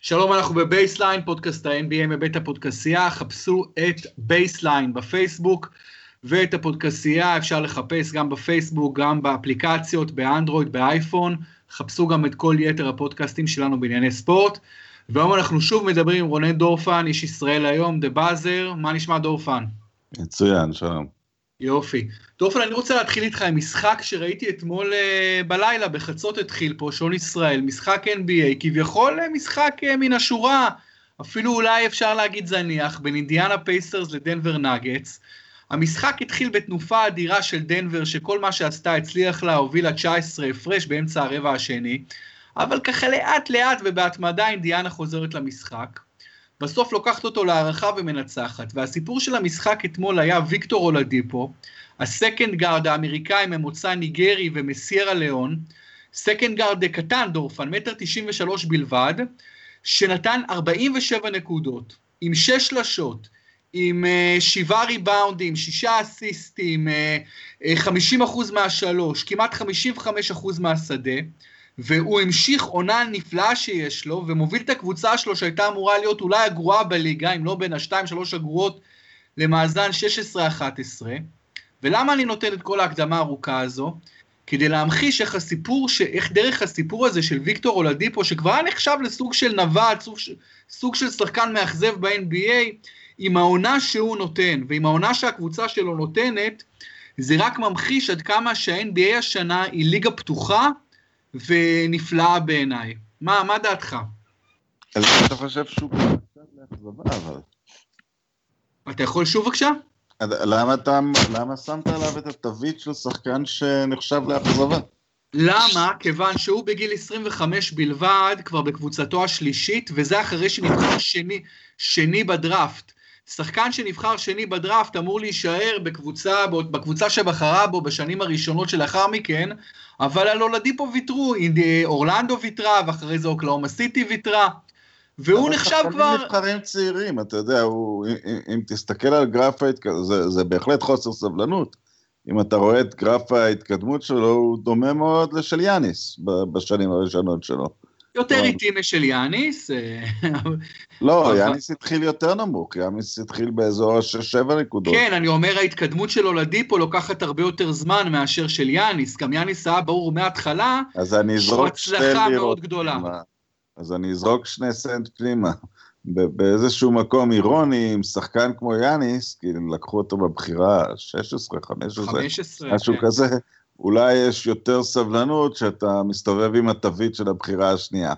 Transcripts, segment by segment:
שלום, אנחנו בבייסליין, פודקאסט ה-NBA מבית הפודקאסייה. חפשו את בייסליין בפייסבוק, ואת הפודקאסייה אפשר לחפש גם בפייסבוק, גם באפליקציות, באנדרואיד, באייפון. חפשו גם את כל יתר הפודקאסטים שלנו בענייני ספורט. והיום אנחנו שוב מדברים עם רונן דורפן, איש ישראל היום, דה באזר. מה נשמע דורפן? מצוין, שלום. יופי. דורפן, אני רוצה להתחיל איתך עם משחק שראיתי אתמול בלילה, בחצות התחיל פה, שעון ישראל, משחק NBA, כביכול משחק מן השורה, אפילו אולי אפשר להגיד זניח, בין אינדיאנה פייסרס לדנבר נאגטס. המשחק התחיל בתנופה אדירה של דנבר, שכל מה שעשתה הצליח לה, הובילה 19 הפרש באמצע הרבע השני, אבל ככה לאט לאט ובהתמדה אינדיאנה חוזרת למשחק. בסוף לוקחת אותו להערכה ומנצחת, והסיפור של המשחק אתמול היה ויקטור אולדיפו, הסקנד גארד האמריקאי ממוצא ניגרי ומסיירה ליאון, סקנד גארד קטן דורפן, 1.93 בלבד, שנתן 47 נקודות, עם 6 שלשות, עם 7 ריבאונדים, 6 אסיסטים, 50% מהשלוש, כמעט 55% מהשדה, והוא המשיך עונה נפלאה שיש לו, ומוביל את הקבוצה שלו שהייתה אמורה להיות אולי הגרועה בליגה, אם לא בין ה-2-3 הגרועות למאזן 16-11. ולמה אני נותן את כל ההקדמה הארוכה הזו? כדי להמחיש איך דרך הסיפור הזה של ויקטור אולדיפו, שכבר היה נחשב לסוג של נווד, סוג של שחקן מאכזב ב-NBA, עם העונה שהוא נותן, ועם העונה שהקבוצה שלו נותנת, זה רק ממחיש עד כמה שה-NBA השנה היא ליגה פתוחה, ונפלאה בעיניי. מה דעתך? אז אתה חושב שהוא קצת לאכזבה, אבל... אתה יכול שוב בבקשה? למה שמת עליו את התווית של שחקן שנחשב לאכזבה? למה? כיוון שהוא בגיל 25 בלבד, כבר בקבוצתו השלישית, וזה אחרי שנבחר שני בדראפט. שחקן שנבחר שני בדראפט אמור להישאר בקבוצה שבחרה בו בשנים הראשונות שלאחר מכן, אבל על אולדיפו ויתרו, אורלנדו ויתרה, ואחרי זה אוקלאומה סיטי ויתרה, והוא נחשב כבר... אבל נבחרים צעירים, אתה יודע, אם תסתכל על גרף זה בהחלט חוסר סבלנות. אם אתה רואה את גרף ההתקדמות שלו, הוא דומה מאוד לשל יאניס בשנים הראשונות שלו. יותר איטי משל יאניס. לא, יאניס התחיל יותר נמוך, יאניס התחיל באזור 6-7 נקודות. כן, אני אומר, ההתקדמות של אולדיפו לוקחת הרבה יותר זמן מאשר של יאניס, גם יאניס היה ברור מההתחלה, שהוא הצלחה מאוד גדולה. אז אני אזרוק 2 סנט פנימה, באיזשהו מקום אירוני, עם שחקן כמו יאניס, כי לקחו אותו בבחירה 16, 15, משהו כזה, אולי יש יותר סבלנות שאתה מסתובב עם התווית של הבחירה השנייה.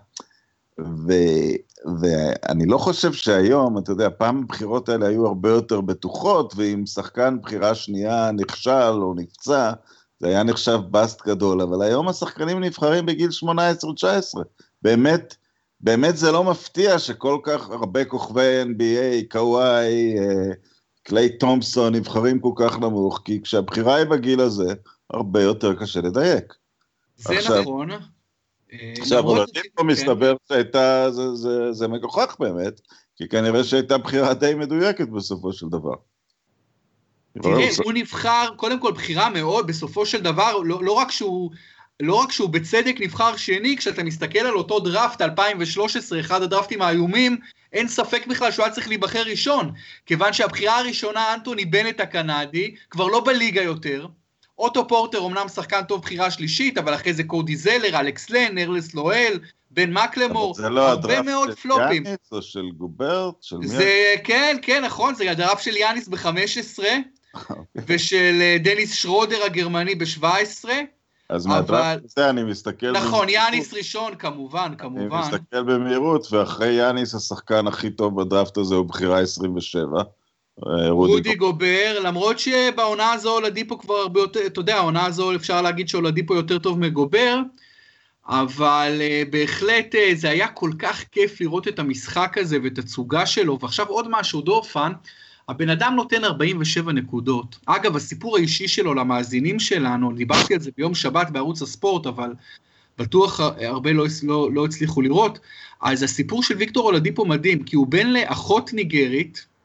ואני לא חושב שהיום, אתה יודע, פעם הבחירות האלה היו הרבה יותר בטוחות, ואם שחקן בחירה שנייה נכשל או נפצע, זה היה נחשב בסט גדול, אבל היום השחקנים נבחרים בגיל 18-19. באמת זה לא מפתיע שכל כך הרבה כוכבי NBA, קוואי, קליי תומפסון, נבחרים כל כך נמוך, כי כשהבחירה היא בגיל הזה, הרבה יותר קשה לדייק. זה נכון. עכשיו, אולדיפו מסתבר שהייתה, זה מגוחך באמת, כי כנראה שהייתה בחירה די מדויקת בסופו של דבר. תראה, הוא נבחר, קודם כל בחירה מאוד, בסופו של דבר, לא רק שהוא בצדק נבחר שני, כשאתה מסתכל על אותו דראפט 2013, אחד הדראפטים האיומים, אין ספק בכלל שהוא היה צריך להיבחר ראשון, כיוון שהבחירה הראשונה, אנטוני בנט הקנדי, כבר לא בליגה יותר, אוטו פורטר אמנם שחקן טוב בחירה שלישית, אבל אחרי זה קודי זלר, אלכס לן, ארלס לואל, בן מקלמור, הרבה מאוד פלופים. זה לא הדראפט של יאניס או של גוברט? כן, נכון, זה הדראפט של יאניס ב-15, ושל דניס שרודר הגרמני ב-17, אז מהדראפט הזה אני מסתכל... נכון, יאניס ראשון, כמובן. אני מסתכל במהירות, ואחרי יאניס השחקן הכי טוב בדראפט הזה הוא בחירה 27. רודי גובר, למרות שבעונה הזו אולדיפו כבר הרבה יותר, אתה יודע, העונה הזו אפשר להגיד שאולדיפו יותר טוב מגובר, אבל בהחלט זה היה כל כך כיף לראות את המשחק הזה ואת הצוגה שלו, ועכשיו עוד משהו דורפן, הבן אדם נותן 47 נקודות. אגב, הסיפור האישי שלו למאזינים שלנו, דיברתי על זה ביום שבת בערוץ הספורט, אבל בטוח הרבה לא הצליחו לראות, אז הסיפור של ויקטור אולדיפו מדהים, כי הוא בן לאחות ניגרית,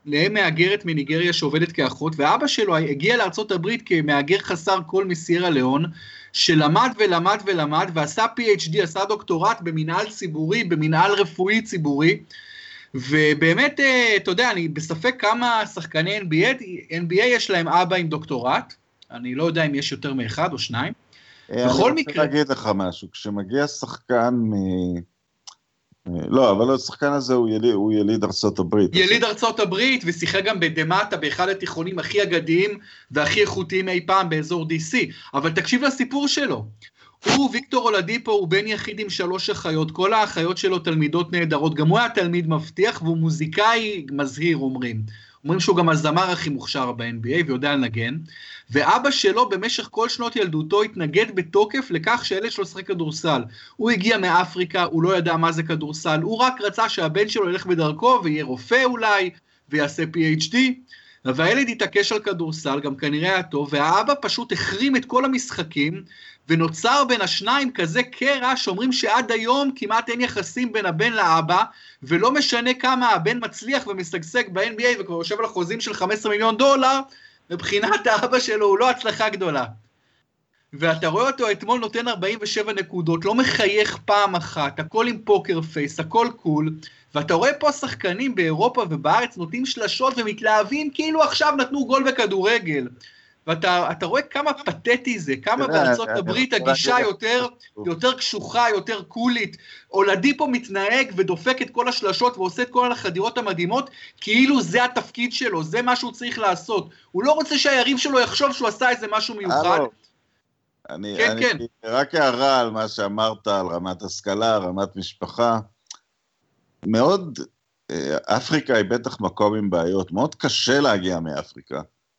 למהגרת מניגריה שעובדת כאחות, ואבא שלו הגיע לארצות הברית כמהגר חסר כל מסירה ליאון, שלמד ולמד ולמד, ועשה PhD, עשה דוקטורט במנהל ציבורי, במנהל רפואי ציבורי, ובאמת, אתה יודע, אני בספק כמה שחקני NBA יש להם אבא עם דוקטורט, אני לא יודע אם יש יותר מאחד או שניים, בכל מקרה... אני רוצה להגיד לך משהו, כשמגיע שחקן לא, אבל השחקן הזה הוא יליד ארצות הברית. יליד ארצות הברית, ושיחק גם בדמטה, באחד התיכונים הכי אגדיים והכי איכותיים אי פעם באזור DC. אבל תקשיב לסיפור שלו. הוא, ויקטור אולדיפו, הוא בן יחיד עם 3 אחיות, כל האחיות שלו תלמידות נהדרות, גם הוא היה תלמיד מבטיח, והוא מוזיקאי מזהיר, אומרים שהוא גם הזמר הכי מוכשר ב-NBA, ויודע לנגן, ואבא שלו במשך כל שנות ילדותו התנגד בתוקף לכך שהילד שלו שחק כדורסל. הוא הגיע מאפריקה, הוא לא ידע מה זה כדורסל, הוא רק רצה שהבן שלו ילך בדרכו, ויהיה רופא אולי, ויעשה PhD, והילד התעקש על כדורסל, גם כנראה היה טוב, והאבא פשוט החרים את כל המשחקים, ונוצר בין השניים כזה קרע, שאומרים שעד היום כמעט אין יחסים בין הבן לאבא, ולא משנה כמה הבן מצליח ומשגשג ב-NBA, וכבר יושב על החוזים של $15 מיליון, מבחינת האבא שלו הוא לא הצלחה גדולה. ואתה רואה אותו אתמול נותן 47 נקודות, לא מחייך פעם אחת, הכל עם פוקר פייס, הכל קול, ואתה רואה פה שחקנים באירופה ובארץ נותנים שלשות ומתלהבים כאילו עכשיו נתנו גול בכדורגל. ואתה רואה כמה פתטי זה, כמה בארצות הברית הגישה יותר קשוחה, יותר קולית. אולדיפו מתנהג ודופק את כל השלשות ועושה את כל החדירות המדהימות, כאילו זה התפקיד שלו, זה מה שהוא צריך לעשות. הוא לא רוצה שהיריב שלו יחשוב שהוא עשה איזה משהו מיוחד. אני רק הערה על מה שאמרת, על רמת השכלה, רמת משפחה. מאוד, אפריקה היא בטח מקום עם בעיות, מאוד קשה להגיע מאפריקה.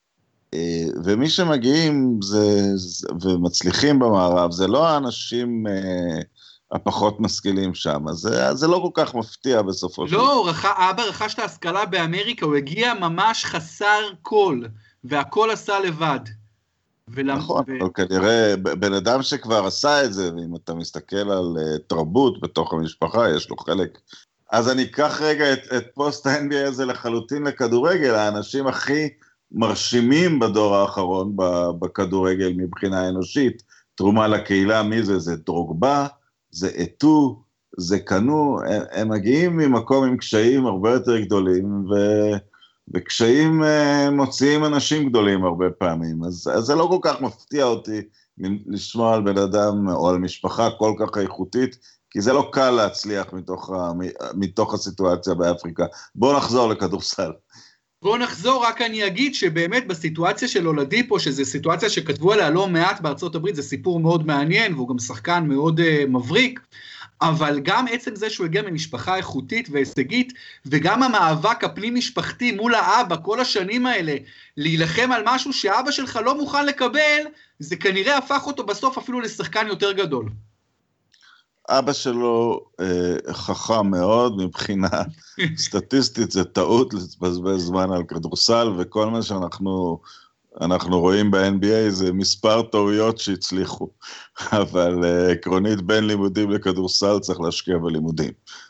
ומי שמגיעים ומצליחים במערב, זה לא האנשים הפחות משכילים שם, זה לא כל כך מפתיע בסופו של דבר. לא, אבא רכש את ההשכלה באמריקה, הוא הגיע ממש חסר קול, והכל עשה לבד. נכון, אבל כנראה בן אדם שכבר עשה את זה, ואם אתה מסתכל על תרבות בתוך המשפחה, יש לו חלק. אז אני אקח רגע את פוסט ה-NBA הזה לחלוטין לכדורגל, האנשים הכי מרשימים בדור האחרון בכדורגל מבחינה אנושית, תרומה לקהילה, מי זה? זה דרוגבה, זה אתו, זה קנו, הם מגיעים ממקום עם קשיים הרבה יותר גדולים, וקשיים מוציאים אנשים גדולים הרבה פעמים, אז זה לא כל כך מפתיע אותי לשמוע על בן אדם או על משפחה כל כך איכותית, כי זה לא קל להצליח מתוך הסיטואציה באפריקה. בואו נחזור לכדורסל. בואו נחזור, רק אני אגיד שבאמת בסיטואציה של אולדיפו, שזו סיטואציה שכתבו עליה לא מעט בארצות הברית, זה סיפור מאוד מעניין, והוא גם שחקן מאוד מבריק, אבל גם עצם זה שהוא הגיע ממשפחה איכותית והישגית, וגם המאבק הפנים משפחתי מול האבא, כל השנים האלה, להילחם על משהו שאבא שלך לא מוכן לקבל, זה כנראה הפך אותו בסוף אפילו לשחקן יותר גדול. אבא שלו חכם מאוד, מבחינה סטטיסטית זה טעות לבזבז זמן על כדורסל, וכל מה שאנחנו רואים ב-NBA זה מספר טעויות שהצליחו, אבל עקרונית בין לימודים לכדורסל צריך להשקיע בלימודים.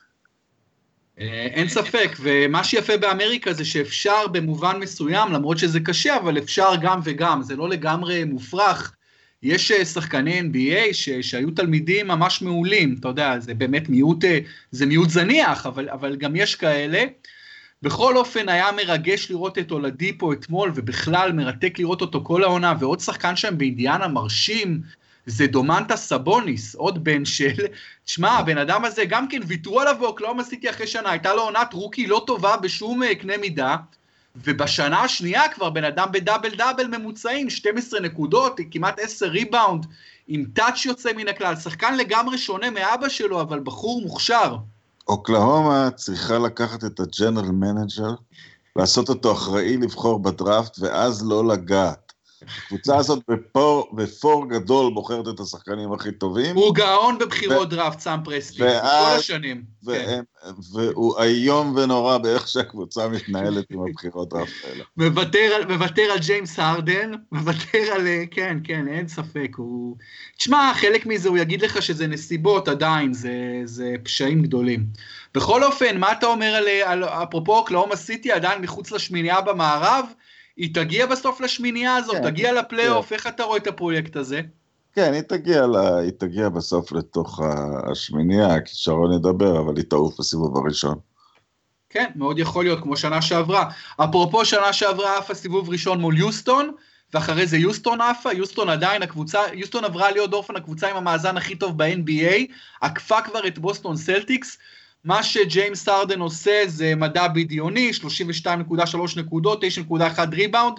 אין ספק, ומה שיפה באמריקה זה שאפשר במובן מסוים, למרות שזה קשה, אבל אפשר גם וגם, זה לא לגמרי מופרך, יש שחקני NBA שהיו תלמידים ממש מעולים, אתה יודע, זה באמת מיעוט זניח, אבל גם יש כאלה. בכל אופן היה מרגש לראות את אולדיפו אתמול, ובכלל מרתק לראות אותו כל העונה, ועוד שחקן שם באינדיאנה מרשים, זה דומנטה סבוניס, עוד בן של, תשמע, הבן אדם הזה גם כן ויתרו עליו באוקלאומה סיטי אחרי שנה, הייתה לו עונת רוקי לא טובה בשום קנה מידה, ובשנה השנייה כבר בן אדם בדאבל ממוצעים, 12 נקודות, כמעט 10 ריבאונד, עם טאץ' יוצא מן הכלל, שחקן לגמרי שונה מאבא שלו, אבל בחור מוכשר. אוקלהומה צריכה לקחת את הג'נרל מנג'ר, לעשות אותו אחראי לבחור בדראפט, ואז לא לגעת. הקבוצה הזאת בפור גדול בוחרת את השחקנים הכי טובים. הוא גאון בבחירות דראפט, סם פרסלי, כל השנים. והוא איום ונורא באיך שהקבוצה מתנהלת עם הבחירות דראפט האלה. מוותר על ג'יימס הרדן, מוותר על, כן, אין ספק. תשמע, חלק מזה הוא יגיד לך שזה נסיבות עדיין, זה פשעים גדולים. בכל אופן, מה אתה אומר על אפרופו אוקלהומה סיטי, עדיין מחוץ לשמינייה במערב, היא תגיע בסוף לשמינייה הזאת, תגיע לפלייאוף, איך אתה רואה את הפרויקט הזה? כן, היא תגיע בסוף לתוך השמינייה, כי שרון ידבר, אבל היא תעוף בסיבוב הראשון. כן, מאוד יכול להיות, כמו שנה שעברה. אפרופו שנה שעברה עפה סיבוב ראשון מול יוסטון, ואחרי זה יוסטון עפה, יוסטון עדיין הקבוצה, יוסטון עברה להיות דורפן הקבוצה עם המאזן הכי טוב ב-NBA, עקפה כבר את בוסטון סלטיקס, מה שג'יימס הרדן עושה זה מדע בדיוני, 32.3 נקודות, 9.1 ריבאונד,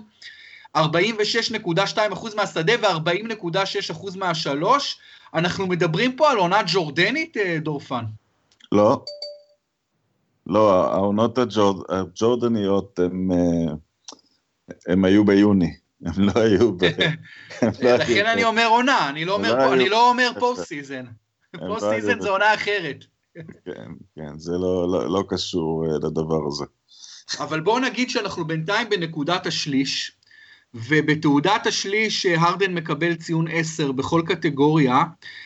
46.2% מהשדה ו-40.6% מהשלוש. אנחנו מדברים פה על עונה ג'ורדנית, דורפן? לא. לא, העונות הג'ורדניות הם היו ביוני. הם לא היו לכן אני אומר עונה, אני לא אומר פוסט סיזן. פוסט סיזן זה עונה אחרת. כן, זה לא קשור לדבר הזה. אבל בואו נגיד שאנחנו בינתיים בנקודת השליש, ובתעודת השליש הרדן מקבל ציון 10 בכל קטגוריה,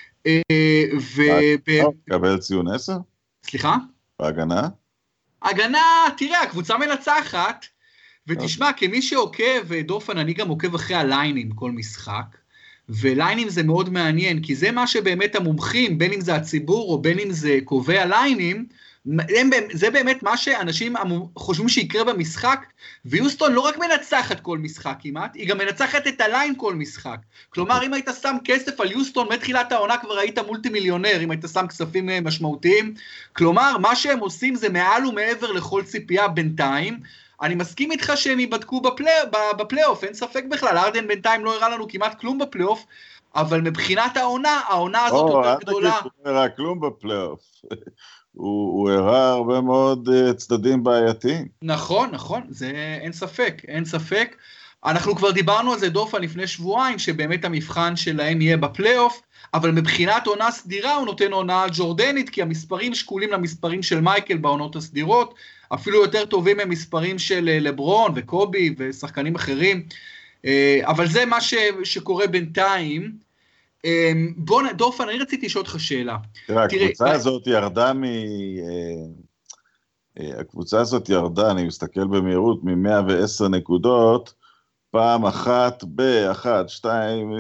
מקבל ציון 10? סליחה? בהגנה? הגנה, תראה, הקבוצה מנצחת, ותשמע, כמי שעוקב, דורפן, אני גם עוקב אחרי הליינים כל משחק, וליינים זה מאוד מעניין, כי זה מה שבאמת המומחים, בין אם זה הציבור או בין אם זה קובעי הליינים, זה באמת מה שאנשים חושבים שיקרה במשחק, ויוסטון לא רק מנצחת כל משחק כמעט, היא גם מנצחת את הליין כל משחק. כלומר, אם היית שם כסף על יוסטון, מתחילת העונה כבר היית מולטי מיליונר, אם היית שם כספים משמעותיים. כלומר, מה שהם עושים זה מעל ומעבר לכל ציפייה בינתיים. אני מסכים איתך שהם ייבדקו בפלייאוף, אין ספק בכלל, הרדן בינתיים לא הראה לנו כמעט כלום בפלייאוף, אבל מבחינת העונה הזאת יותר גדולה. הוא הראה כלום בפלייאוף. הוא הראה הרבה מאוד צדדים בעייתיים. נכון, זה אין ספק. אנחנו כבר דיברנו על זה דורפן לפני שבועיים, שבאמת המבחן שלהם יהיה בפלייאוף, אבל מבחינת עונה סדירה הוא נותן עונה ג'ורדנית, כי המספרים שקולים למספרים של מייקל בעונות הסדירות, אפילו יותר טובים ממספרים של לברון וקובי ושחקנים אחרים, אבל זה מה שקורה בינתיים. דורפן, אני רציתי לשאול אותך שאלה. הקבוצה הזאת ירדה, אני מסתכל במהירות, מ-110 נקודות, פעם אחת ב-1, 2,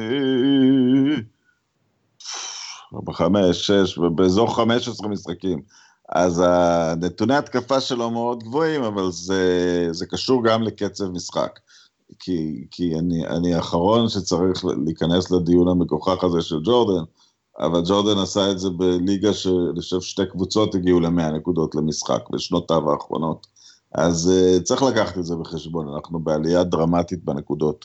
4, 5, 6, באזור 15 משחקים. אז הנתוני התקפה שלו מאוד גבוהים, אבל זה קשור גם לקצב משחק. כי אני האחרון שצריך להיכנס לדיון המגוחך הזה של ג'ורדן, אבל ג'ורדן עשה את זה בליגה שלשב שתי קבוצות הגיעו ל100 נקודות למשחק בשנותיו האחרונות. אז צריך לקחת את זה בחשבון, אנחנו בעלייה דרמטית בנקודות.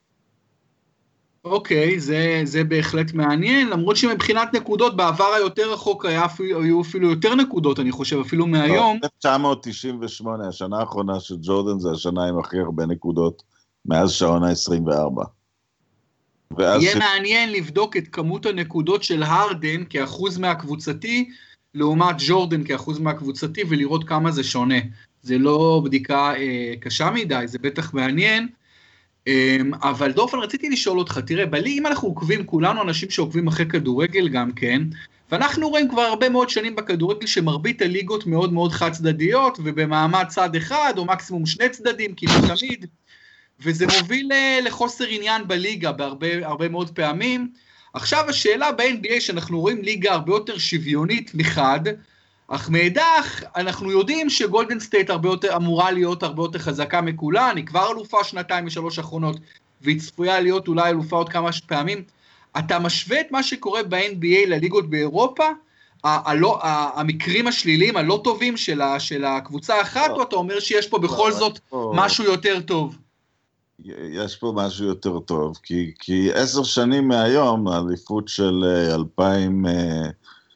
אוקיי, זה בהחלט מעניין, למרות שמבחינת נקודות בעבר היותר רחוק היו אפילו יותר נקודות, אני חושב, אפילו מהיום. 1998, השנה האחרונה של ג'ורדן זה השנה עם הכי הרבה נקודות, מאז שעונה 24. יהיה מעניין לבדוק את כמות הנקודות של הרדן כאחוז מהקבוצתי, לעומת ג'ורדן כאחוז מהקבוצתי, ולראות כמה זה שונה. זה לא בדיקה קשה מדי, זה בטח מעניין, אבל דורפן רציתי לשאול אותך, תראה, אם אנחנו עוקבים, כולנו אנשים שעוקבים אחרי כדורגל גם כן, ואנחנו רואים כבר הרבה מאוד שנים בכדורגל שמרבית הליגות מאוד מאוד חד צדדיות, ובמעמד צד אחד או מקסימום שני צדדים, כמעט תמיד, וזה מוביל לחוסר עניין בליגה בהרבה מאוד פעמים. עכשיו השאלה ב-NBA שאנחנו רואים ליגה הרבה יותר שוויונית מחד, אך מאידך אנחנו יודעים שגולדן סטייט אמורה להיות הרבה יותר חזקה מכולן, היא כבר אלופה 2-3 האחרונות, והיא צפויה להיות אולי אלופה עוד כמה פעמים. אתה משווה את מה שקורה ב-NBA לליגות באירופה, המקרים השליליים הלא טובים של הקבוצה האחת, או אתה אומר שיש פה בכל זאת משהו יותר טוב? יש פה משהו יותר טוב, כי 10 שנים מהיום, האליפות של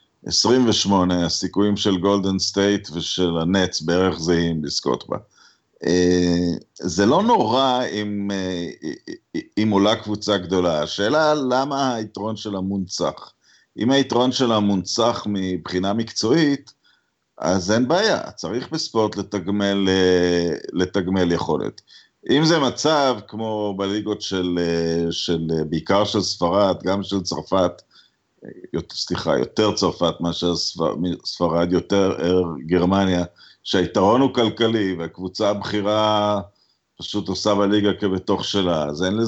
2028, הסיכויים של גולדן סטייט ושל הנץ בערך זהים לזכות בה. זה לא נורא אם עולה קבוצה גדולה, השאלה למה היתרון של המונצח. אם היתרון של המונצח מבחינה מקצועית, אז אין בעיה, צריך בספורט לתגמל יכולת. אם זה מצב כמו בליגות בעיקר של ספרד, גם של צרפת, יותר צרפת מאשר ספרד, יותר גרמניה, שהיתרון הוא כלכלי, והקבוצה הבחירה פשוט עושה בליגה כבתוך שלה,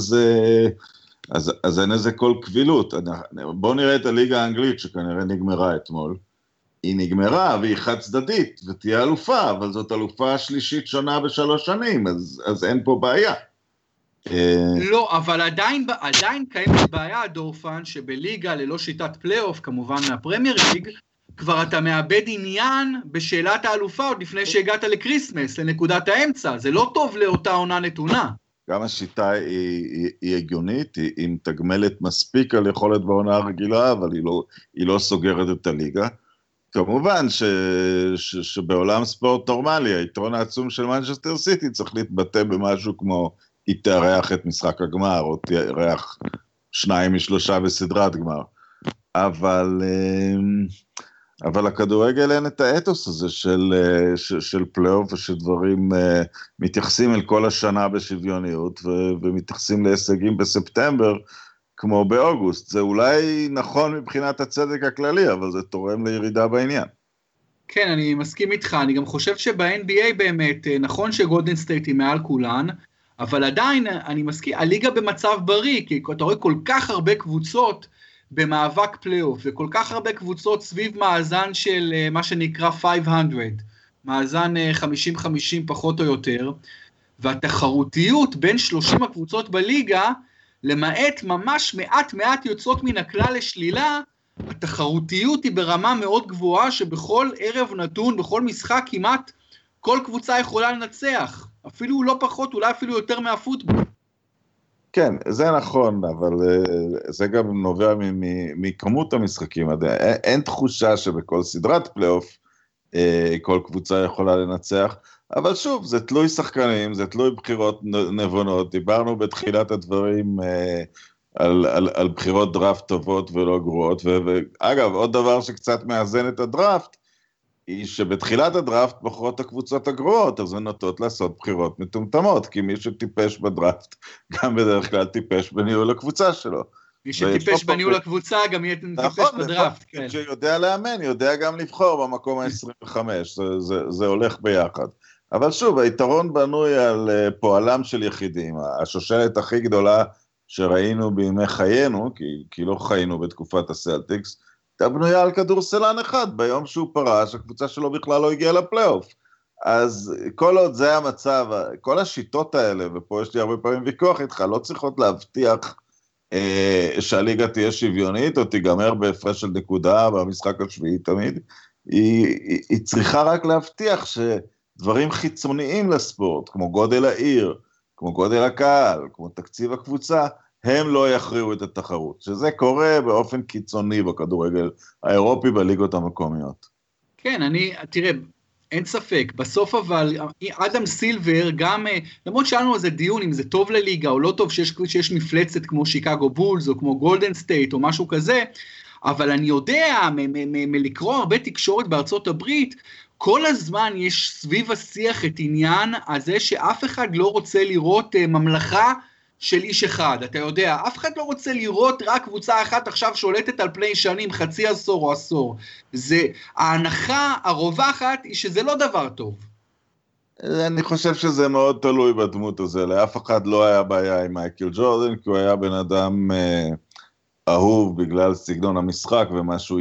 אז אין לזה כל קבילות. בואו נראה את הליגה האנגלית, שכנראה נגמרה אתמול. היא נגמרה והיא חד צדדית, ותהיה אלופה, אבל זאת אלופה שלישית שונה ב3 שנים, אז אין פה בעיה. לא, אבל עדיין קיימת בעיה, דורפן, שבליגה ללא שיטת פלייאוף, כמובן מהפרמייר ליג, כבר אתה מאבד עניין בשאלת האלופה עוד לפני שהגעת לקריסמס, לנקודת האמצע, זה לא טוב לאותה עונה נתונה. גם השיטה היא הגיונית, היא מתגמלת מספיק על יכולת בעונה הרגילה, אבל היא לא סוגרת את הליגה. כמובן שבעולם ספורט נורמלי, היתרון העצום של מנצ'סטר סיטי צריך להתבטא במשהו כמו היא תארח את משחק הגמר, או תארח 2 מ3 בסדרת גמר. אבל הכדורגל אין את האתוס הזה של פלייאוף, ושדברים מתייחסים אל כל השנה בשוויוניות, ומתייחסים להישגים בספטמבר, כמו באוגוסט. זה אולי נכון מבחינת הצדק הכללי, אבל זה תורם לירידה בעניין. כן, אני מסכים איתך, אני גם חושב שב-NBA באמת, נכון שגולדן סטייט היא מעל כולן, אבל עדיין אני מסכים, הליגה במצב בריא, כי אתה רואה כל כך הרבה קבוצות במאבק פלייאוף, וכל כך הרבה קבוצות סביב מאזן של מה שנקרא 500, מאזן 50-50 פחות או יותר, והתחרותיות בין 30 הקבוצות בליגה, למעט ממש מעט יוצאות מן הכלל לשלילה, התחרותיות היא ברמה מאוד גבוהה, שבכל ערב נתון, בכל משחק כמעט, כל קבוצה יכולה לנצח, אפילו לא פחות, אולי אפילו יותר מהפוטבול. כן, זה נכון, אבל זה גם נובע מכמות המשחקים. אין תחושה שבכל סדרת פלייאוף כל קבוצה יכולה לנצח, אבל שוב, זה תלוי שחקנים, זה תלוי בחירות נבונות. דיברנו בתחילת הדברים על בחירות דראפט טובות ולא גרועות, ואגב, עוד דבר שקצת מאזן את הדראפט, היא שבתחילת הדראפט בוחרות הקבוצות הגרועות, אז הן נוטות לעשות בחירות מטומטמות, כי מי שטיפש בדראפט, גם בדרך כלל טיפש בניהול הקבוצה שלו. מי שטיפש בניהול הקבוצה, גם יהיה טיפש בדראפט. נכון, שיודע לאמן, יודע גם לבחור במקום ה-25, זה הולך ביחד. אבל שוב, היתרון בנוי על פועלם של יחידים, השושלת הכי גדולה שראינו בימי חיינו, כי לא חיינו בתקופת הסלטיקס, הייתה בנויה על כדורסלן אחד, ביום שהוא פרש, הקבוצה שלו בכלל לא הגיעה לפלייאוף. אז כל עוד זה המצב, כל השיטות האלה, ופה יש לי הרבה פעמים ויכוח איתך, לא צריכות להבטיח שהליגה תהיה שוויונית, או תיגמר בהפרש של נקודה, במשחק השביעי תמיד, היא צריכה רק להבטיח שדברים חיצוניים לספורט, כמו גודל העיר, כמו גודל הקהל, כמו תקציב הקבוצה, הם לא יכריעו את התחרות, שזה קורה באופן קיצוני בכדורגל האירופי בליגות המקומיות. כן, תראה, אין ספק, בסוף אבל, אדם סילבר גם, למרות שאלנו איזה דיון אם זה טוב לליגה או לא טוב שיש מפלצת כמו שיקגו בולס או כמו גולדן סטייט או משהו כזה, אבל אני יודע מלקרוא הרבה תקשורת בארצות הברית, כל הזמן יש סביב השיח את עניין הזה שאף אחד לא רוצה לראות ממלכה של איש אחד, אתה יודע, אף אחד לא רוצה לראות רק קבוצה אחת עכשיו שולטת על פני שנים, חצי עשור או עשור. ההנחה הרווחת היא שזה לא דבר טוב. אני חושב שזה מאוד תלוי בדמות הזה, לאף אחד לא היה בעיה עם מייקל ג'ורדן, כי הוא היה בן אדם אהוב בגלל סגנון המשחק, ומה שהוא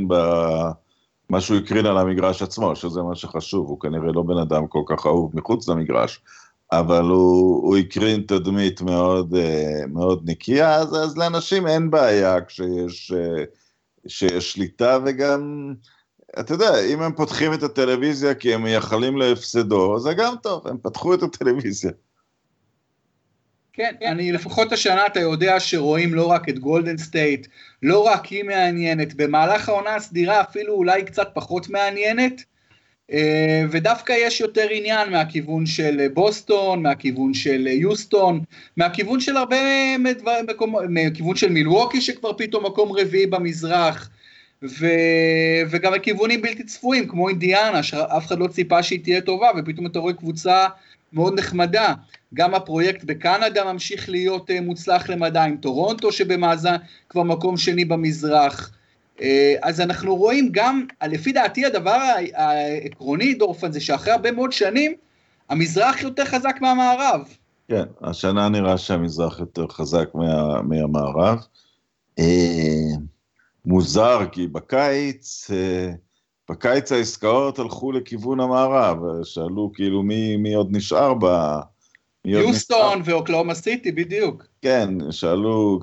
הקרין על המגרש עצמו, שזה מה שחשוב, הוא כנראה לא בן אדם כל כך אהוב מחוץ למגרש, אבל הוא הקרין תדמית מאוד, מאוד נקייה, אז לאנשים אין בעיה כשיש שליטה, וגם, אתה יודע, אם הם פותחים את הטלוויזיה כי הם מייחלים להפסדו, זה גם טוב, הם פתחו את הטלוויזיה. כן, לפחות השנה אתה יודע שרואים לא רק את גולדן סטייט, לא רק היא מעניינת, במהלך העונה הסדירה אפילו אולי קצת פחות מעניינת, ודווקא יש יותר עניין מהכיוון של בוסטון, מהכיוון של יוסטון, מהכיוון של הרבה מהכיוון של מילווקי שכבר פתאום מקום רביעי במזרח, וגם הכיוונים בלתי צפויים, כמו אינדיאנה, שאף אחד לא ציפה שהיא תהיה טובה, ופתאום אתה רואה קבוצה מאוד נחמדה. גם הפרויקט בקנדה ממשיך להיות מוצלח למדי, עם טורונטו שבמאזן כבר מקום שני במזרח. אז אנחנו רואים גם, לפי דעתי הדבר העקרוני, דורפן, זה שאחרי הרבה מאוד שנים, המזרח יותר חזק מהמערב. כן, השנה נראה שהמזרח יותר חזק מהמערב. מוזר, כי בקיץ העסקאות הלכו לכיוון המערב, שאלו כאילו מי עוד נשאר יוסטון ואוקלאומה סיטי, בדיוק. כן, שאלו,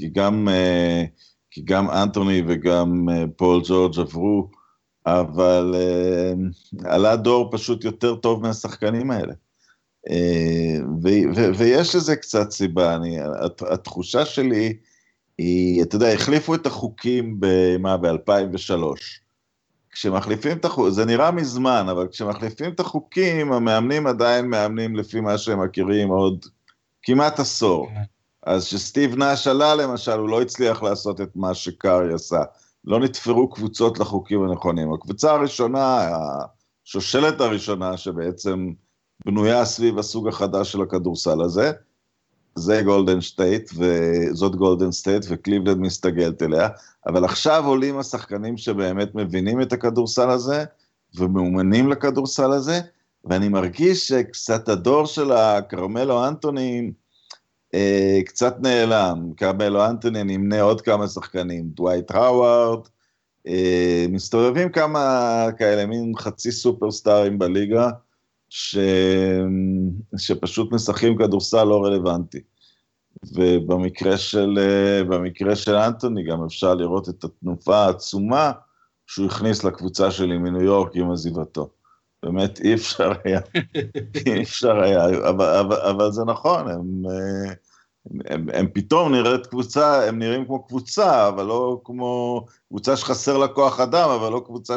כי גם אנטוני וגם פול ג'ורג' עברו, אבל עלה דור פשוט יותר טוב מהשחקנים האלה. ויש לזה קצת סיבה, התחושה שלי היא, אתה יודע, החליפו את החוקים ב-2003. כשמחליפים את החוקים, זה נראה מזמן, אבל כשמחליפים את החוקים, המאמנים עדיין מאמנים לפי מה שהם מכירים עוד כמעט עשור. אז שסטיב נאש עלה למשל, הוא לא הצליח לעשות את מה שקארי עשה. לא נתפרו קבוצות לחוקים הנכונים. הקבוצה הראשונה, השושלת הראשונה, שבעצם בנויה סביב הסוג החדש של הכדורסל הזה, זה גולדן סטייט, וזאת גולדן סטייט, וקליבלנד מסתגלת אליה, אבל עכשיו עולים השחקנים שבאמת מבינים את הכדורסל הזה, ומאומנים לכדורסל הזה, ואני מרגיש שקצת הדור של קרמלו אנטוני, קצת נעלם. קרמלו אנטוני נמנה עוד כמה שחקנים, דווייט האווארד, מסתובבים כמה כאלה, מין חצי סופרסטארים בליגה, שפשוט משחקים כדורסל לא רלוונטי. ובמקרה של אנטוני גם אפשר לראות את התנופה העצומה שהוא הכניס לקבוצה שלי מניו יורק עם עזיבתו. באמת אי אפשר היה, אבל זה נכון, הם פתאום הם נראים כמו קבוצה, אבל לא כמו קבוצה שחסר לה כוח אדם, אבל לא קבוצה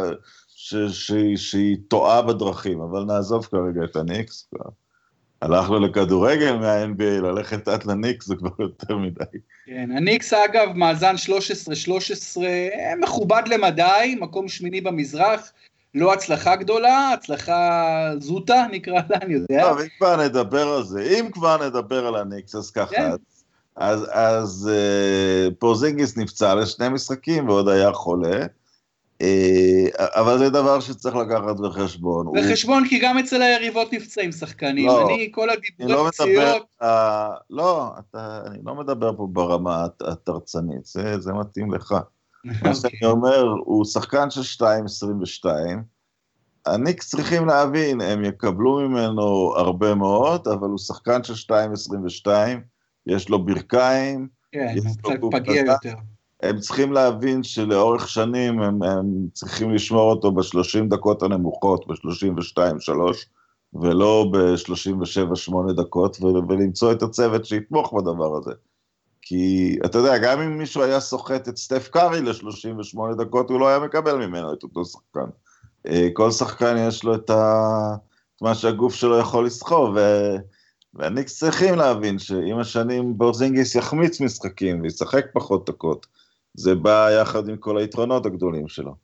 שהיא טועה בדרכים, אבל נעזוב כרגע את הניקס, הלכנו לכדורגל מה-NBA, ללכת עד לניקס זה כבר יותר מדי. כן, הניקס אגב, מאזן 13-13, מכובד למדי, מקום שמיני במזרח, לא הצלחה גדולה, הצלחה זוטה נקרא לה, אני יודע. טוב, אם כבר נדבר על זה, אם כבר נדבר על הניקס, אז ככה, כן. אז פורזינגיס נפצע לשני משחקים, ועוד היה חולה, אבל זה דבר שצריך לקחת בחשבון. בחשבון, כי גם אצל היריבות נפצעים שחקנים, אני כל הדיבורי פציעות... אני לא מדבר פה ברמה התרצנית, זה מתאים לך. מה שאני אומר, הוא שחקן של 2.22, הניקס צריכים להבין, הם יקבלו ממנו הרבה מאוד, אבל הוא שחקן של 2.22, יש לו ברכיים, כן, הוא קצת פגיע יותר. הם צריכים להבין שלאורך שנים הם צריכים לשמור אותו ב-30 דקות הנמוכות, ב-32-3, ולא ב-37-8 דקות, ולמצוא את הצוות שיתמוך בדבר הזה. כי אתה יודע, גם אם מישהו היה סוחט את סטף קארי ל-38 דקות, הוא לא היה מקבל ממנו את אותו שחקן. כל שחקן יש לו את מה שהגוף שלו יכול לסחוב, והניקס צריכים להבין שעם השנים פורזינגיס יחמיץ משחקים וישחק פחות דקות. זה בא יחד עם כל היתרונות הגדולים שלו.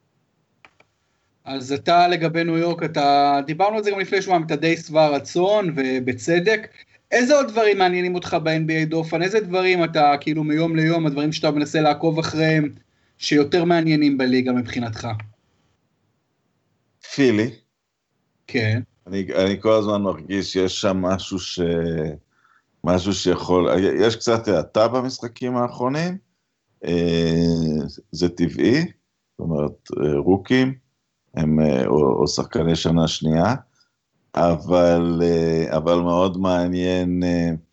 אז אתה לגבי ניו יורק, דיברנו על זה גם לפני שבועיים, אתה די שבע רצון ובצדק. איזה עוד דברים מעניינים אותך ב-NBA דופן? איזה דברים אתה כאילו מיום ליום, הדברים שאתה מנסה לעקוב אחריהם, שיותר מעניינים בליגה מבחינתך? פילי. כן. אני כל הזמן מרגיש שיש שם משהו שיכול, יש קצת האטה במשחקים האחרונים, זה טבעי, זאת אומרת, רוקים, או שחקני שנה שנייה, אבל מאוד מעניין,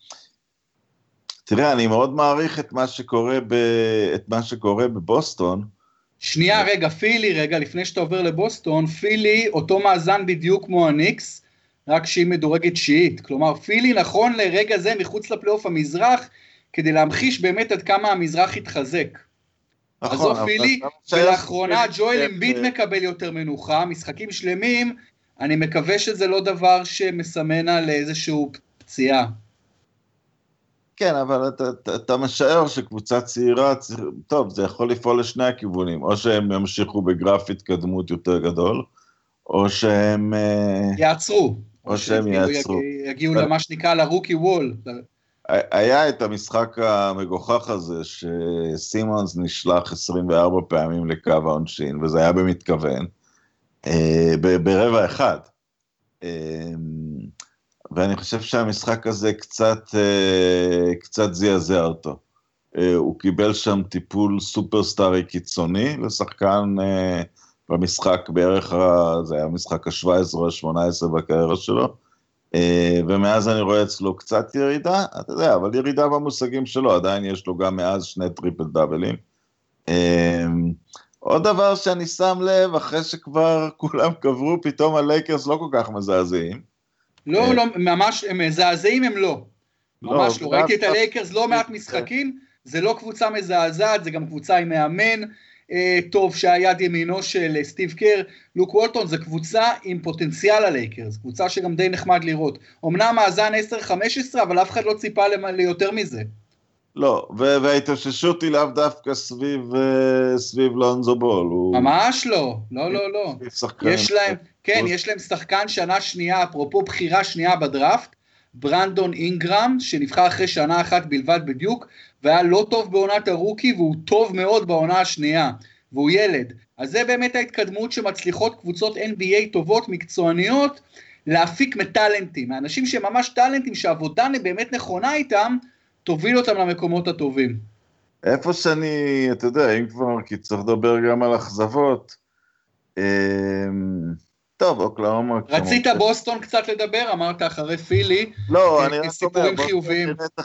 תראה, אני מאוד מעריך את מה שקורה בבוסטון. שנייה, רגע, לפני שאתה עובר לבוסטון, פילי, אותו מאזן בדיוק כמו הניקס, רק שהיא מדורגת שיעית, כלומר, פילי נכון לרגע זה מחוץ לפלייאוף המזרח, כדי להמחיש באמת עד כמה המזרח יתחזק. עזוב פילי, ולאחרונה ג'ואל אמביד מקבל יותר מנוחה, משחקים שלמים, אני מקווה שזה לא דבר שמסמן על איזשהו פציעה. כן, אבל אתה משער שקבוצה צעירה, טוב, זה יכול לפעול לשני הכיוונים, או שהם ימשיכו בגרף התקדמות יותר גדול, או שהם... יעצרו. או שהם יעצרו. יגיעו למה שנקרא לרוקי וול. היה את המשחק המגוחך הזה, שסימונס נשלח 24 פעמים לקו העונשין, וזה היה במתכוון, ברבע אחד. ואני חושב שהמשחק הזה קצת זעזע אותו. הוא קיבל שם טיפול סופרסטארי קיצוני, לשחקן במשחק בערך, זה היה המשחק ה-17 או ה-18 בקריירה שלו, ומאז אני רואה אצלו קצת ירידה, אתה יודע, אבל ירידה במושגים שלו, עדיין יש לו גם מאז 2 טריפל דאבלים. עוד דבר שאני שם לב, אחרי שכבר כולם קברו, פתאום הלייקרס לא כל כך מזעזעים. לא, ממש, מזעזעים הם לא. ממש לא, ראיתי את הלייקרס לא מעט משחקים, זה לא קבוצה מזעזעת, זה גם קבוצה עם מאמן טוב שהיד ימינו של סטיב קר, לוק וולטון, זה קבוצה עם פוטנציאל הלייקרס, קבוצה שגם די נחמד לראות. אמנם מאזן 10-15, אבל אף אחד לא ציפה ליותר מזה. לא, וההתאוששות היא לאו דווקא סביב לונזו בול. ממש לא, לא. יש להם, כן, יש להם שחקן שנה שנייה, אפרופו בחירה שנייה בדראפט, ברנדון אינגרם, שנבחר אחרי שנה אחת בלבד בדיוק, והיה לא טוב בעונת הרוקי, והוא טוב מאוד בעונה השנייה, והוא ילד. אז זה באמת ההתקדמות שמצליחות קבוצות NBA טובות, מקצועניות, להפיק מטלנטים, האנשים שממש טלנטים, שעבודה באמת נכונה איתם, תוביל אותם למקומות הטובים. איפה שאני, אתה יודע, אם כבר, כי צריך לדבר גם על אכזבות, טוב, אוקלהומה... רצית בוסטון קצת לדבר, אמרת אחרי פילי, לא, אני רק סיפורים חיוביים.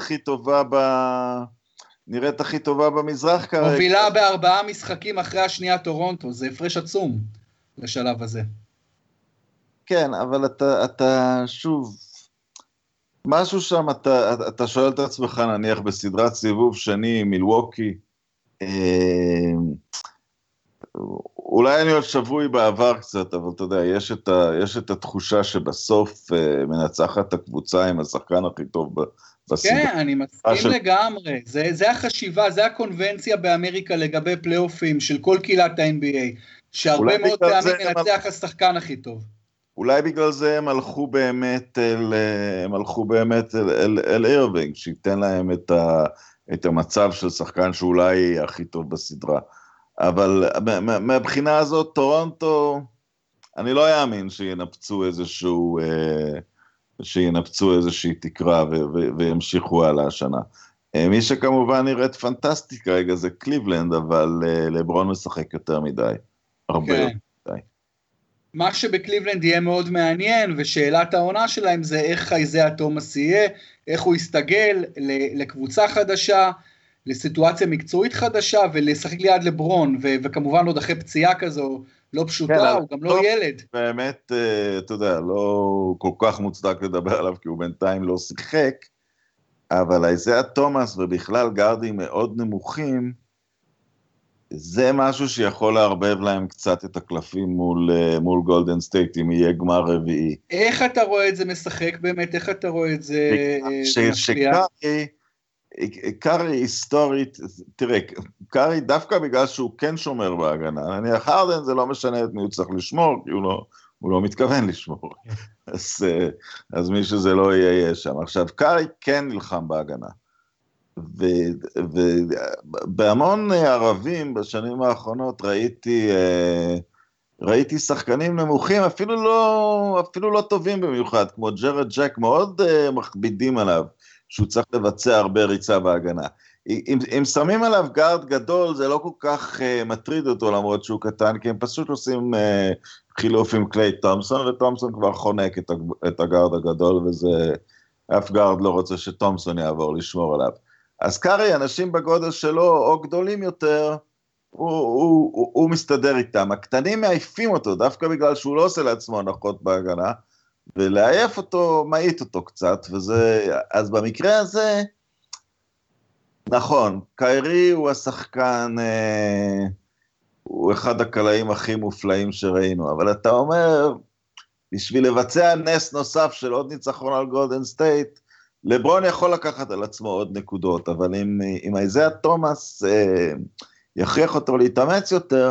נראית הכי טובה במזרח כרגע. מובילה ב4 משחקים אחרי השנייה טורונטו, זה הפרש עצום לשלב הזה. כן, אבל אתה שוב... משהו שם, אתה שואל את עצמך, נניח בסדרת סיבוב שני, מילווקי, אולי אני עוד שבוי בעבר קצת, אבל אתה יודע, יש את התחושה שבסוף מנצחת הקבוצה עם השחקן הכי טוב בסדרה. כן, אני מסכים לגמרי, זה החשיבה, זה הקונבנציה באמריקה לגבי פלייאופים של כל קהילת ה-NBA, שהרבה מאוד פעמים מנצח השחקן הכי טוב. אולי בגלל זה הם הלכו באמת אל אירווינג, שייתן להם את המצב של שחקן שאולי יהיה הכי טוב בסדרה. אבל מהבחינה הזאת, טורונטו, אני לא יאמין שינפצו איזושהי תקרה וימשיכו הלאה השנה. מי שכמובן נראית פנטסטי כרגע זה קליבלנד, אבל לברון משחק יותר מדי, הרבה יותר מדי. מה שבקליבלנד יהיה מאוד מעניין, ושאלת העונה שלהם זה איך איזיה תומאס יהיה, איך הוא יסתגל לקבוצה חדשה, לסיטואציה מקצועית חדשה, ולשחק ליד לברון, וכמובן עוד אחרי פציעה כזו, לא פשוטה, הוא גם לא ילד. באמת, אתה יודע, לא כל כך מוצדק לדבר עליו, כי הוא בינתיים לא שיחק, אבל איזיה תומאס ובכלל גארדים מאוד נמוכים, זה משהו שיכול להרבב להם קצת את הקלפים מול גולדן סטייט, אם יהיה גמר רביעי. איך אתה רואה את זה משחק באמת? איך אתה רואה את זה משפיע? קארי היסטורית, תראה, קארי דווקא בגלל שהוא כן שומר בהגנה, נניח הרדן זה לא משנה את מי הוא צריך לשמור, כי הוא לא מתכוון לשמור, אז מי שזה לא יהיה שם. עכשיו, קארי כן נלחם בהגנה, ובהמון ערבים בשנים האחרונות ראיתי שחקנים נמוכים, אפילו לא טובים במיוחד, כמו ג'רד ג'ק, מאוד מכבידים עליו, שהוא צריך לבצע הרבה ריצה בהגנה. אם שמים עליו גארד גדול, זה לא כל כך מטריד אותו, למרות שהוא קטן, כי הם פשוט עושים חילוף עם קליי תומסון, וטומסון כבר חונק את הגארד הגדול, אף גארד לא רוצה שטומסון יעבור לשמור עליו. אז קארי, אנשים בגודל שלו, או גדולים יותר, הוא מסתדר איתם. הקטנים מעיפים אותו, דווקא בגלל שהוא לא עושה לעצמו הנחות בהגנה, ולהעיף אותו, מעיט אותו קצת, אז במקרה הזה, נכון, קיירי הוא השחקן, הוא אחד הקלעים הכי מופלאים שראינו, אבל אתה אומר, בשביל לבצע נס נוסף של עוד ניצחון על גולדן סטייט, לברון יכול לקחת על עצמו עוד נקודות, אבל אם איזיה תומאס יכריח אותו להתאמץ יותר,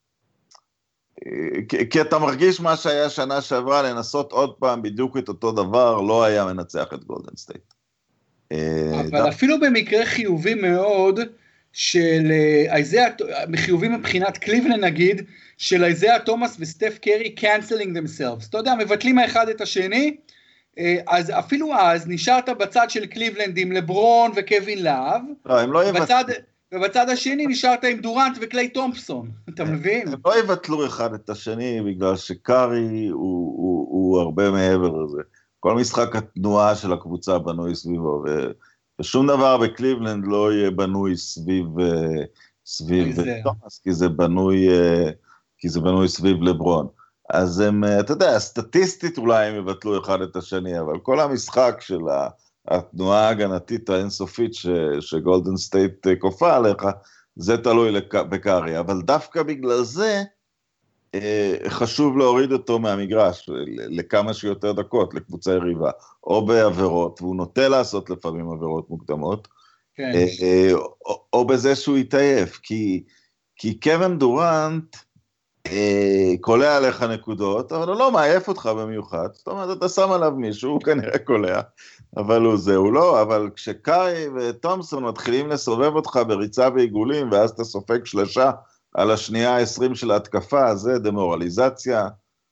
כי אתה מרגיש מה שהיה שנה שעברה, לנסות עוד פעם בדיוק את אותו דבר, לא היה מנצח את גולדן סטייט. אבל אפילו במקרה חיובי מאוד, של איזיה, חיובי מבחינת קליבלנד נגיד, של איזיה תומאס וסטף קרי canceling themselves. אתה יודע, מבטלים האחד את השני, אז אפילו אז נשארת בצד של קליבלנד עם לברון וקווין להב, לא, הם לא יבטלו. ובצד השני נשארת עם דורנט וקליי תומפסון, אתה מבין? הם לא יבטלו אחד את השני, בגלל שקרי הוא הרבה מעבר לזה. כל משחק התנועה של הקבוצה בנוי סביבו, ושום דבר בקליבלנד לא יהיה בנוי סביב תומאס, כי זה בנוי סביב לברון. אז הם, אתה יודע, סטטיסטית אולי הם יבטלו אחד את השני, אבל כל המשחק של התנועה ההגנתית האינסופית שגולדן סטייט כופה עליך, זה תלוי בקרי, אבל דווקא בגלל זה, חשוב להוריד אותו מהמגרש, לכמה שיותר דקות, לקבוצה יריבה, או בעבירות, והוא נוטה לעשות לפעמים עבירות מוקדמות, כן. או בזה שהוא יתעייף, כי קווין דורנט, קולע עליך נקודות, אבל הוא לא מעייף אותך במיוחד, זאת אומרת, אתה שם עליו מישהו, הוא כנראה קולע, אבל הוא לא, אבל כשקארי וטומפסון מתחילים לסובב אותך בריצה בעיגולים, ואז אתה סופג שלשה על השנייה ה-20 של ההתקפה, זה דמורליזציה,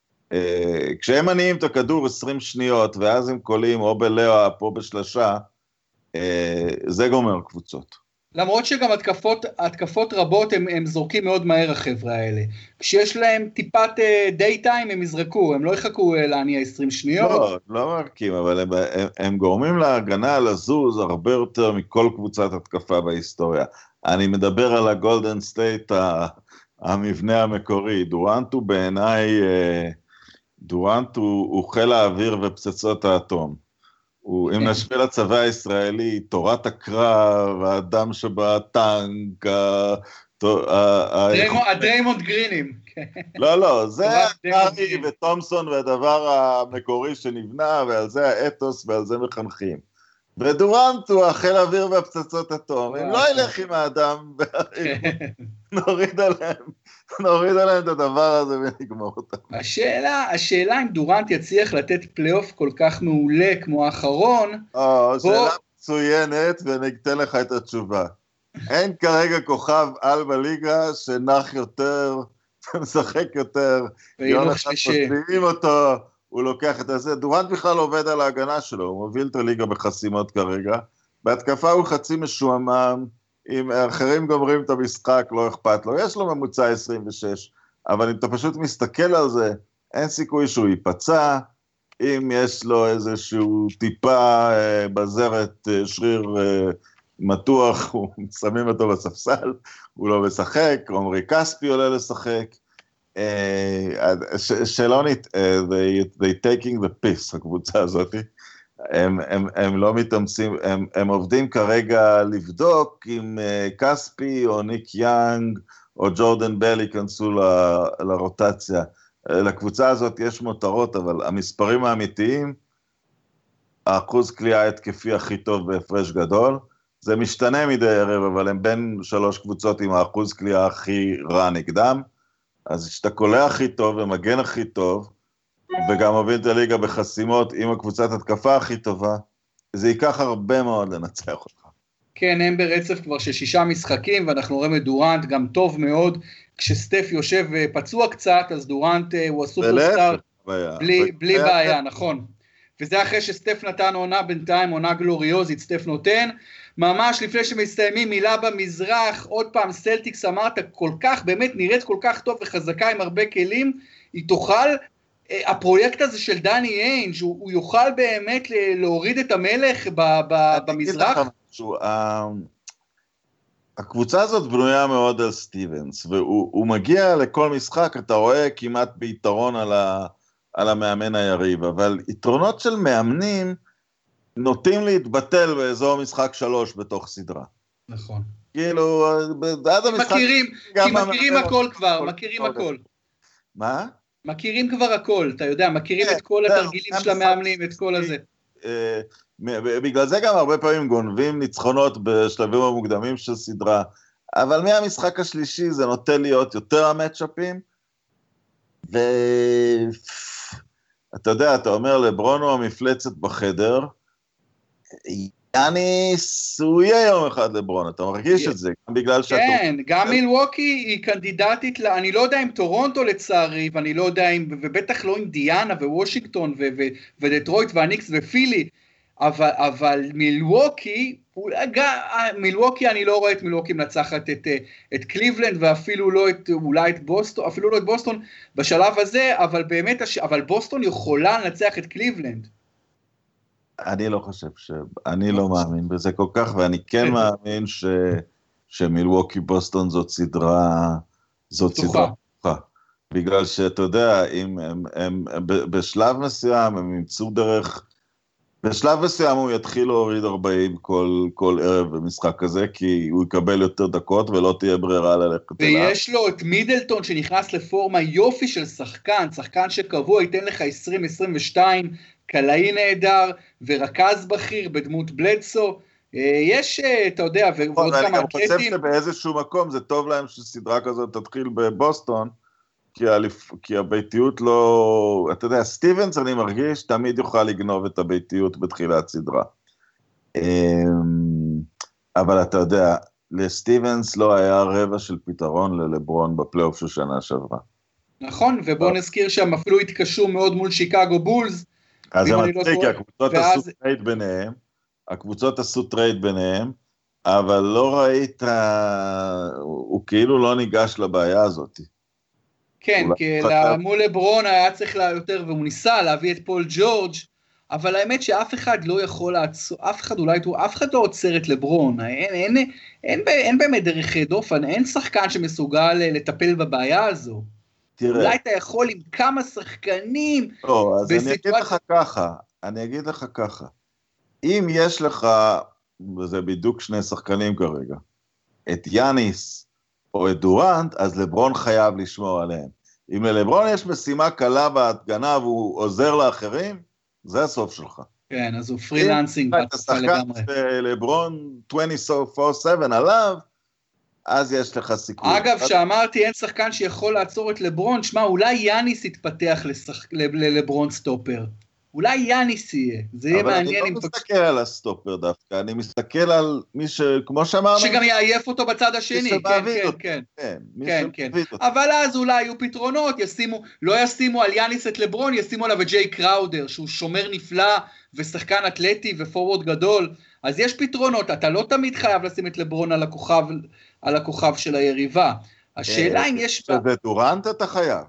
כשהם מניעים את הכדור 20 שניות, ואז הם קולים או בלאפ או בשלשה, זה גומר קבוצות. למרות שגם התקפות רבות הם זורקים מאוד מהר החבר'ה האלה. כשיש להם טיפת דייטיים הם יזרקו, הם לא יחכו להניע 20 שניות. לא מרקים, אבל הם גורמים להגנה לזוז הרבה יותר מכל קבוצת התקפה בהיסטוריה. אני מדבר על הגולדן סטייט, המבנה המקורי. דורנט הוא בעיניי, דורנט הוא חיל האוויר ופצצות האטום. אם נשווה לצבא הישראלי, תורת הקרב, האדם שבטנק, הדריימונד גרינים. לא, זה קארי וטומפסון והדבר המקורי שנבנה, ועל זה האתוס ועל זה מחנכים. ודורנט הוא החיל האוויר והפצצות אטום, אם לא ילך עם האדם, נוריד עליהם את הדבר הזה ונגמור אותם. השאלה אם דורנט יצליח לתת פלייאוף כל כך מעולה כמו האחרון. שאלה מצוינת וניתן לך את התשובה. אין כרגע כוכב על בליגה שנח יותר, משחק יותר, יום אחד מוציאים אותו, הוא לוקח את זה, דורנט בכלל עובד על ההגנה שלו, הוא מוביל את הליגה בחסימות כרגע, בהתקפה הוא חצי משועמם, אם האחרים גומרים את המשחק, לא אכפת לו, יש לו ממוצע 26, אבל אם אתה פשוט מסתכל על זה, אין סיכוי שהוא ייפצע, אם יש לו איזשהו טיפה בזרת שריר מתוח, הוא שמים אותו בספסל, הוא לא משחק, עומרי כספי עולה לשחק, שלונית, they taking the piss, הקבוצה הזאת, הם לא מתאמצים, הם עובדים כרגע לבדוק אם כספי או ניק יאנג או ג'ורדן בל ייכנסו לרוטציה. לקבוצה הזאת יש מותרות, אבל המספרים האמיתיים, האחוז קליעה התקפי הכי טוב בהפרש גדול, זה משתנה מדי ערב, אבל הם בין 3 קבוצות עם האחוז קליעה הכי רע נגדם, אז שאתה קולע הכי טוב ומגן הכי טוב, וגם מוביל את הליגה בחסימות עם הקבוצת התקפה הכי טובה, זה ייקח הרבה מאוד לנצח אותך. כן, הם ברצף כבר 6 משחקים, ואנחנו רואים את דורנט גם טוב מאוד, כשסטף יושב פצוע קצת, אז דורנט הוא הסופרסטאר, בלי בעיה, נכון. וזה אחרי שסטף נתן עונה בינתיים, עונה גלוריוזית, סטף נותן, ממש לפני שמסתיימים מילה במזרח, עוד פעם סלטיקס אמרת, כל כך, באמת נראית כל כך טוב וחזקה עם הרבה כלים, היא תוכל, הפרויקט הזה של דני איינג' הוא יוכל באמת להוריד את המלך במזרח? הקבוצה הזאת בנויה מאוד על סטיבנס, והוא מגיע לכל משחק, אתה רואה כמעט ביתרון על המאמן היריב, אבל יתרונות של מאמנים נוטים להתבטל באזור משחק 3 בתוך סדרה. נכון. כאילו, עד המשחק... מכירים הכל כבר, מכירים הכל. מה? מכירים כבר הכל, אתה יודע, מכירים את כל התרגילים של המאמנים, את כל הזה. בגלל זה גם הרבה פעמים גונבים ניצחונות בשלבים המוקדמים של סדרה, אבל מהמשחק השלישי זה נוטה להיות יותר המאצ'אפים, ואתה יודע, אתה אומר לברון הוא המפלצת בחדר, יאניס, הוא יהיה יום אחד לברון, אתה מרגיש את זה, גם בגלל שאתה... כן, גם מילווקי היא קנדידטית, אני לא יודע אם טורונטו לצערי, ואני לא יודע אם, ובטח לא אינדיאנה ווושינגטון ודטרויט והניקס ופילי, אבל מילווקי, אני לא רואה את מילווקי מנצחת את קליבלנד, ואפילו לא אולי את בוסטון, אפילו לא את בוסטון בשלב הזה, אבל באמת, אבל בוסטון יכולה לנצח את קליבלנד. אני לא חושב אני לא מאמין בזה כל כך, ואני כן מאמין שמילווקי בוסטון זאת סדרה פתוחה. בגלל שאתה יודע, הם בשלב מסוים הם ימצאו דרך, בשלב מסוים הוא יתחיל להוריד 40 כל ערב במשחק כזה, כי הוא יקבל יותר דקות ולא תהיה ברירה ללכת אליו. ויש לו את מידלטון שנכנס לפורמה יופי של שחקן שקבוע ייתן לך 20-22, קלעי נהדר, ורכז בכיר בדמות בלדסו, יש, אתה יודע, ועוד כמה אני חושב שבאיזשהו מקום זה טוב להם שסדרה כזאת תתחיל בבוסטון, כי הביתיות לא, אתה יודע, סטיבנס אני מרגיש תמיד יוכל לגנוב את הביתיות בתחילת סדרה. אבל אתה יודע, לסטיבנס לא היה רבע של פתרון ללברון בפלייאוף של שנה שעברה. נכון, ובוא נזכיר שהם אפילו התקשו מאוד מול שיקגו בולס, אז זה מצחיק, הקבוצות עשו טרייד ביניהם, אבל לא ראית, הוא כאילו לא ניגש לבעיה הזאת. כן, כי מול לברון היה צריך יותר, והוא ניסה להביא את פול ג'ורג', אבל האמת שאף אחד לא יכול לעצור, אף אחד לא עוצר את לברון, אין באמת דרך דופן, אין שחקן שמסוגל לטפל בבעיה הזו. אולי אתה יכול עם כמה שחקנים... לא, אז אני אגיד לך ככה, אם יש לך, וזה בדיוק שני שחקנים כרגע, את יאניס או את דורנט, אז לברון חייב לשמור עליהם. אם ללברון יש משימה קלה בהתגנה והוא עוזר לאחרים, זה הסוף שלך. כן, אז הוא פרילנסינג. אם אתה שחקן לברון 24/7 עליו, אז יש לך סיכוי. אגב, שאמרתי, אין שחקן שיכול לעצור את לברון, שמה, אולי יאניס יתפתח ללברון סטופר. אולי יאניס יהיה. זה יהיה מעניין. אבל אני לא מסתכל על הסטופר דווקא, אני מסתכל על מי כמו שאמרנו... שגם יעייף אותו בצד השני. כן. אבל אז אולי יהיו פתרונות, לא ישימו על יאניס את לברון, ישימו עליו את ג'יי קראודר, שהוא שומר נפלא, ושחקן אתלטי ופורוורד גדול. אז יש פתרונות, אתה לא תמיד חייב לשים את לברון על הכוכב של היריבה. השאלה אם יש... דורנט אתה חייב.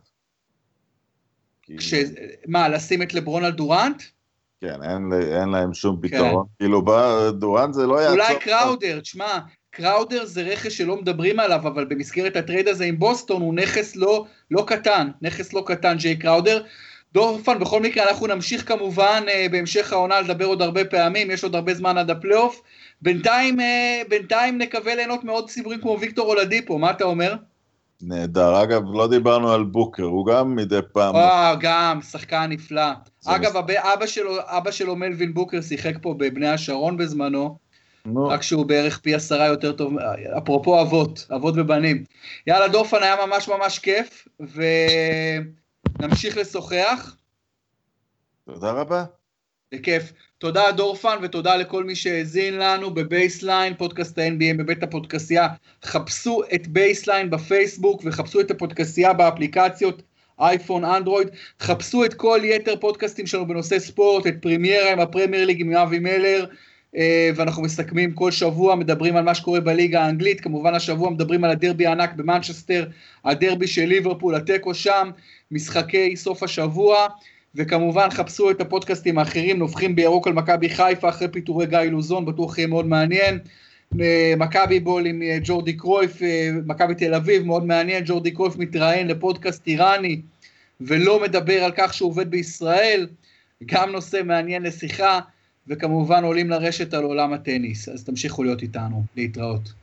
מה, לשים את לברון על דורנט? כן, אין להם שום פתרון. כאילו, דורנט זה לא יעצור. אולי קראודר, תשמע, קראודר זה רכש שלא מדברים עליו, אבל במסגרת הטרייד הזה עם בוסטון הוא נכס לא קטן, ג'יי קראודר. דורפן, בכל מקרה אנחנו נמשיך כמובן בהמשך העונה לדבר עוד הרבה פעמים, יש עוד הרבה זמן עד הפלייאוף. בינתיים נקווה ליהנות מאוד סיפורים כמו ויקטור אולדיפו, מה אתה אומר? נהדר, אגב, לא דיברנו על בוקר, הוא גם מדי פעם... גם, שחקן נפלא. אגב, אבא שלו מלווין בוקר שיחק פה בבני השרון בזמנו, רק שהוא בערך פי 10 יותר טוב, אפרופו אבות ובנים. יאללה, דורפן היה ממש ממש כיף, ונמשיך לשוחח. תודה רבה. בכיף. תודה דורפן ותודה לכל מי שהאזין לנו בבייסליין, פודקאסט ה-NBA בבית הפודקאסיה. חפשו את בייסליין בפייסבוק וחפשו את הפודקאסיה באפליקציות אייפון, אנדרואיד. חפשו את כל יתר פודקאסטים שלנו בנושא ספורט, את פרימיירה עם הפרמייר ליג עם אבי מלר, ואנחנו מסכמים כל שבוע, מדברים על מה שקורה בליגה האנגלית, כמובן השבוע מדברים על הדרבי הענק במנצ'סטר, הדרבי של ליברפול, התיקו שם, משחקי סוף השבוע, וכמובן חפשו את הפודקאסטים האחרים, נובחים בירוק על מכבי חיפה, אחרי פיטורי גיא לוזון, בטוח יהיה מאוד מעניין, מכבי בול עם ג'ורדי קרויף, מכבי תל אביב, מאוד מעניין, ג'ורדי קרויף מתראיין לפודקאסט איראני, ולא מדבר על כך שהוא עובד בישראל, גם נושא מעניין לשיחה, וכמובן עולים לרשת על עולם הטניס, אז תמשיכו להיות איתנו, להתראות.